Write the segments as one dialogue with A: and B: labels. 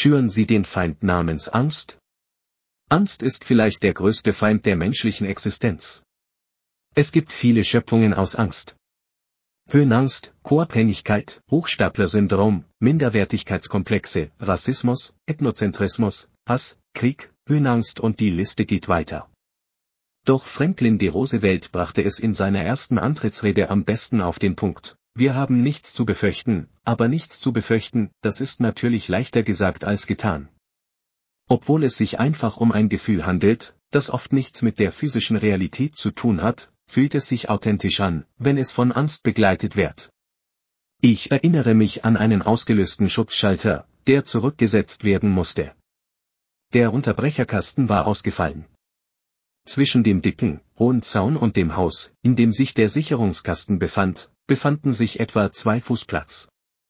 A: Schüren Sie den Feind namens Angst? Angst ist vielleicht der größte Feind der menschlichen Existenz. Es gibt viele Schöpfungen aus Angst. Höhenangst, Co-Abhängigkeit, Hochstapler-Syndrom, Minderwertigkeitskomplexe, Rassismus, Ethnozentrismus, Hass, Krieg, Höhenangst und die Liste geht weiter. Doch Franklin D. Roosevelt brachte es in seiner ersten Antrittsrede am besten auf den Punkt: Wir haben nichts zu befürchten, aber nichts zu befürchten, das ist natürlich leichter gesagt als getan. Obwohl es sich einfach um ein Gefühl handelt, das oft nichts mit der physischen Realität zu tun hat, fühlt es sich authentisch an, wenn es von Angst begleitet wird. Ich erinnere mich an einen ausgelösten Schutzschalter, der zurückgesetzt werden musste. Der Unterbrecherkasten war ausgefallen. Zwischen dem dicken, hohen Zaun und dem Haus, in dem sich der Sicherungskasten befand, befanden sich etwa 2 Fuß Platz.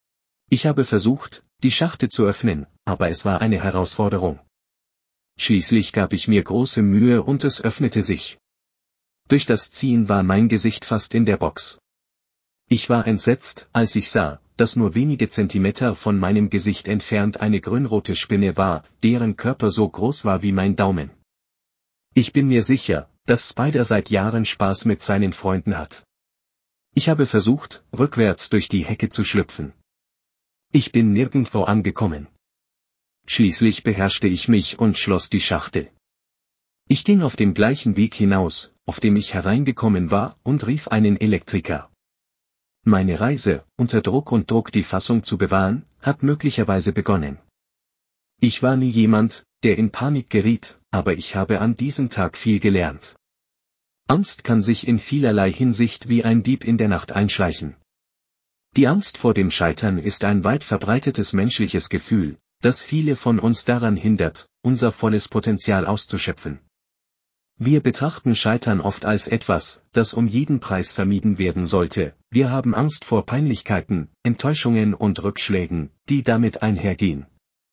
A: Ich habe versucht, die Schachtel zu öffnen, aber es war eine Herausforderung. Schließlich gab ich mir große Mühe und es öffnete sich. Durch das Ziehen war mein Gesicht fast in der Box. Ich war entsetzt, als ich sah, dass nur wenige Zentimeter von meinem Gesicht entfernt eine grünrote Spinne war, deren Körper so groß war wie mein Daumen. Ich bin mir sicher, dass Spider seit Jahren Spaß mit seinen Freunden hat. Ich habe versucht, rückwärts durch die Hecke zu schlüpfen. Ich bin nirgendwo angekommen. Schließlich beherrschte ich mich und schloss die Schachtel. Ich ging auf dem gleichen Weg hinaus, auf dem ich hereingekommen war, und rief einen Elektriker. Meine Reise, unter Druck und Druck die Fassung zu bewahren, hat möglicherweise begonnen. Ich war nie jemand, der in Panik geriet, aber ich habe an diesem Tag viel gelernt. Angst kann sich in vielerlei Hinsicht wie ein Dieb in der Nacht einschleichen. Die Angst vor dem Scheitern ist ein weit verbreitetes menschliches Gefühl, das viele von uns daran hindert, unser volles Potenzial auszuschöpfen. Wir betrachten Scheitern oft als etwas, das um jeden Preis vermieden werden sollte. Wir haben Angst vor Peinlichkeiten, Enttäuschungen und Rückschlägen, die damit einhergehen.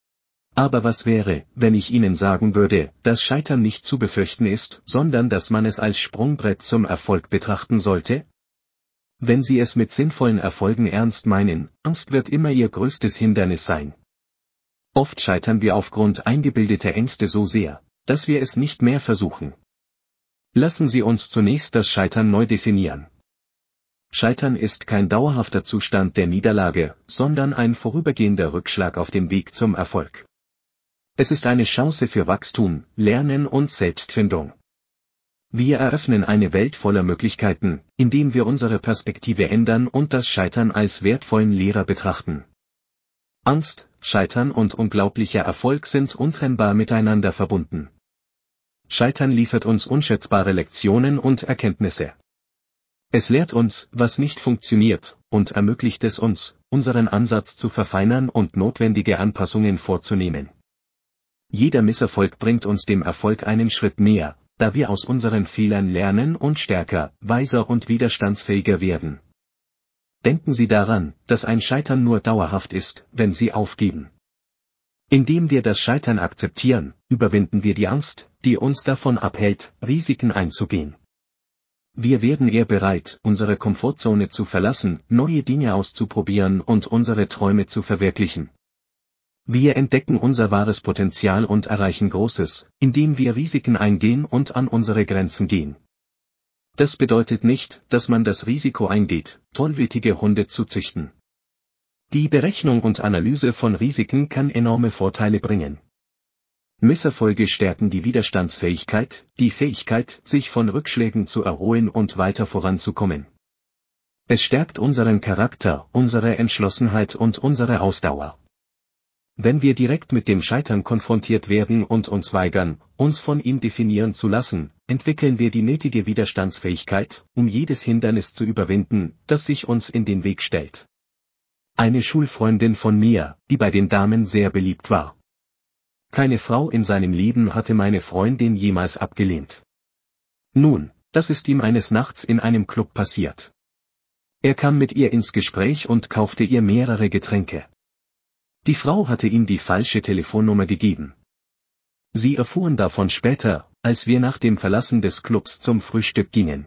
A: Aber was wäre, wenn ich Ihnen sagen würde, dass Scheitern nicht zu befürchten ist, sondern dass man es als Sprungbrett zum Erfolg betrachten sollte? Wenn Sie es mit sinnvollen Erfolgen ernst meinen, Angst wird immer Ihr größtes Hindernis sein. Oft scheitern wir aufgrund eingebildeter Ängste so sehr, dass wir es nicht mehr versuchen. Lassen Sie uns zunächst das Scheitern neu definieren. Scheitern ist kein dauerhafter Zustand der Niederlage, sondern ein vorübergehender Rückschlag auf dem Weg zum Erfolg. Es ist eine Chance für Wachstum, Lernen und Selbstfindung. Wir eröffnen eine Welt voller Möglichkeiten, indem wir unsere Perspektive ändern und das Scheitern als wertvollen Lehrer betrachten. Angst, Scheitern und unglaublicher Erfolg sind untrennbar miteinander verbunden. Scheitern liefert uns unschätzbare Lektionen und Erkenntnisse. Es lehrt uns, was nicht funktioniert, und ermöglicht es uns, unseren Ansatz zu verfeinern und notwendige Anpassungen vorzunehmen. Jeder Misserfolg bringt uns dem Erfolg einen Schritt näher, da wir aus unseren Fehlern lernen und stärker, weiser und widerstandsfähiger werden. Denken Sie daran, dass ein Scheitern nur dauerhaft ist, wenn Sie aufgeben. Indem wir das Scheitern akzeptieren, überwinden wir die Angst, die uns davon abhält, Risiken einzugehen. Wir werden eher bereit, unsere Komfortzone zu verlassen, neue Dinge auszuprobieren und unsere Träume zu verwirklichen. Wir entdecken unser wahres Potenzial und erreichen Großes, indem wir Risiken eingehen und an unsere Grenzen gehen. Das bedeutet nicht, dass man das Risiko eingeht, tollwütige Hunde zu züchten. Die Berechnung und Analyse von Risiken kann enorme Vorteile bringen. Misserfolge stärken die Widerstandsfähigkeit, die Fähigkeit, sich von Rückschlägen zu erholen und weiter voranzukommen. Es stärkt unseren Charakter, unsere Entschlossenheit und unsere Ausdauer. Wenn wir direkt mit dem Scheitern konfrontiert werden und uns weigern, uns von ihm definieren zu lassen, entwickeln wir die nötige Widerstandsfähigkeit, um jedes Hindernis zu überwinden, das sich uns in den Weg stellt. Eine Schulfreundin von mir, die bei den Damen sehr beliebt war. Keine Frau in seinem Leben hatte meine Freundin jemals abgelehnt. Nun, das ist ihm eines Nachts in einem Club passiert. Er kam mit ihr ins Gespräch und kaufte ihr mehrere Getränke. Die Frau hatte ihm die falsche Telefonnummer gegeben. Sie erfuhren davon später, als wir nach dem Verlassen des Clubs zum Frühstück gingen.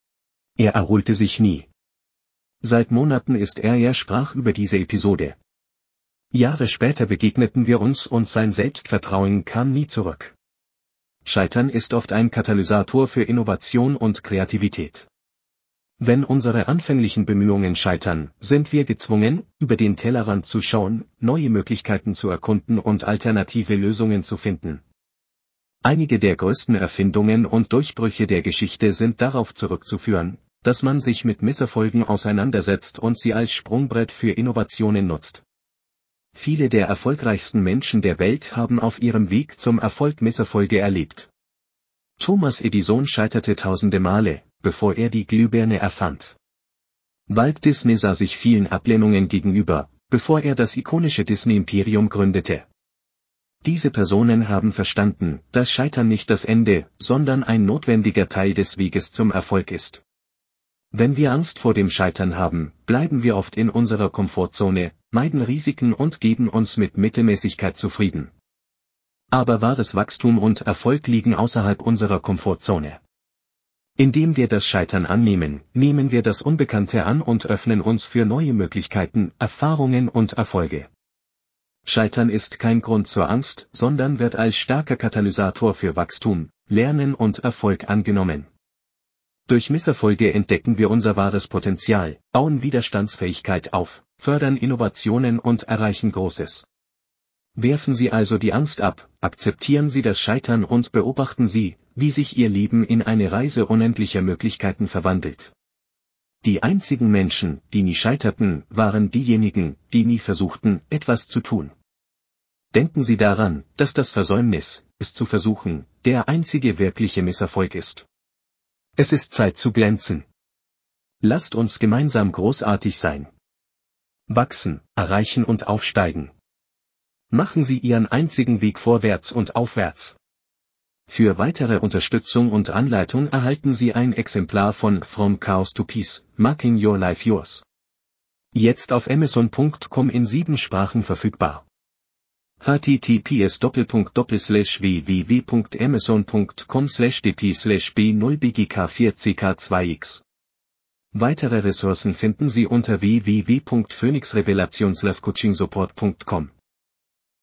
A: Er erholte sich nie. Seit Monaten er sprach über diese Episode. Jahre später begegneten wir uns und sein Selbstvertrauen kam nie zurück. Scheitern ist oft ein Katalysator für Innovation und Kreativität. Wenn unsere anfänglichen Bemühungen scheitern, sind wir gezwungen, über den Tellerrand zu schauen, neue Möglichkeiten zu erkunden und alternative Lösungen zu finden. Einige der größten Erfindungen und Durchbrüche der Geschichte sind darauf zurückzuführen, dass man sich mit Misserfolgen auseinandersetzt und sie als Sprungbrett für Innovationen nutzt. Viele der erfolgreichsten Menschen der Welt haben auf ihrem Weg zum Erfolg Misserfolge erlebt. Thomas Edison scheiterte tausende Male, bevor er die Glühbirne erfand. Walt Disney sah sich vielen Ablehnungen gegenüber, bevor er das ikonische Disney-Imperium gründete. Diese Personen haben verstanden, dass Scheitern nicht das Ende, sondern ein notwendiger Teil des Weges zum Erfolg ist. Wenn wir Angst vor dem Scheitern haben, bleiben wir oft in unserer Komfortzone, meiden Risiken und geben uns mit Mittelmäßigkeit zufrieden. Aber wahres Wachstum und Erfolg liegen außerhalb unserer Komfortzone. Indem wir das Scheitern annehmen, nehmen wir das Unbekannte an und öffnen uns für neue Möglichkeiten, Erfahrungen und Erfolge. Scheitern ist kein Grund zur Angst, sondern wird als starker Katalysator für Wachstum, Lernen und Erfolg angenommen. Durch Misserfolge entdecken wir unser wahres Potenzial, bauen Widerstandsfähigkeit auf, fördern Innovationen und erreichen Großes. Werfen Sie also die Angst ab, akzeptieren Sie das Scheitern und beobachten Sie, wie sich Ihr Leben in eine Reise unendlicher Möglichkeiten verwandelt. Die einzigen Menschen, die nie scheiterten, waren diejenigen, die nie versuchten, etwas zu tun. Denken Sie daran, dass das Versäumnis, es zu versuchen, der einzige wirkliche Misserfolg ist. Es ist Zeit zu glänzen. Lasst uns gemeinsam großartig sein. Wachsen, erreichen und aufsteigen. Machen Sie Ihren einzigen Weg vorwärts und aufwärts. Für weitere Unterstützung und Anleitung erhalten Sie ein Exemplar von From Chaos to Peace, Making Your Life Yours. Jetzt auf Amazon.com in 7 Sprachen verfügbar. https://www.amazon.com/dp/b0bgk4ck2x. Weitere Ressourcen finden Sie unter www.phoenixrevelationslifecoachingsupport.com.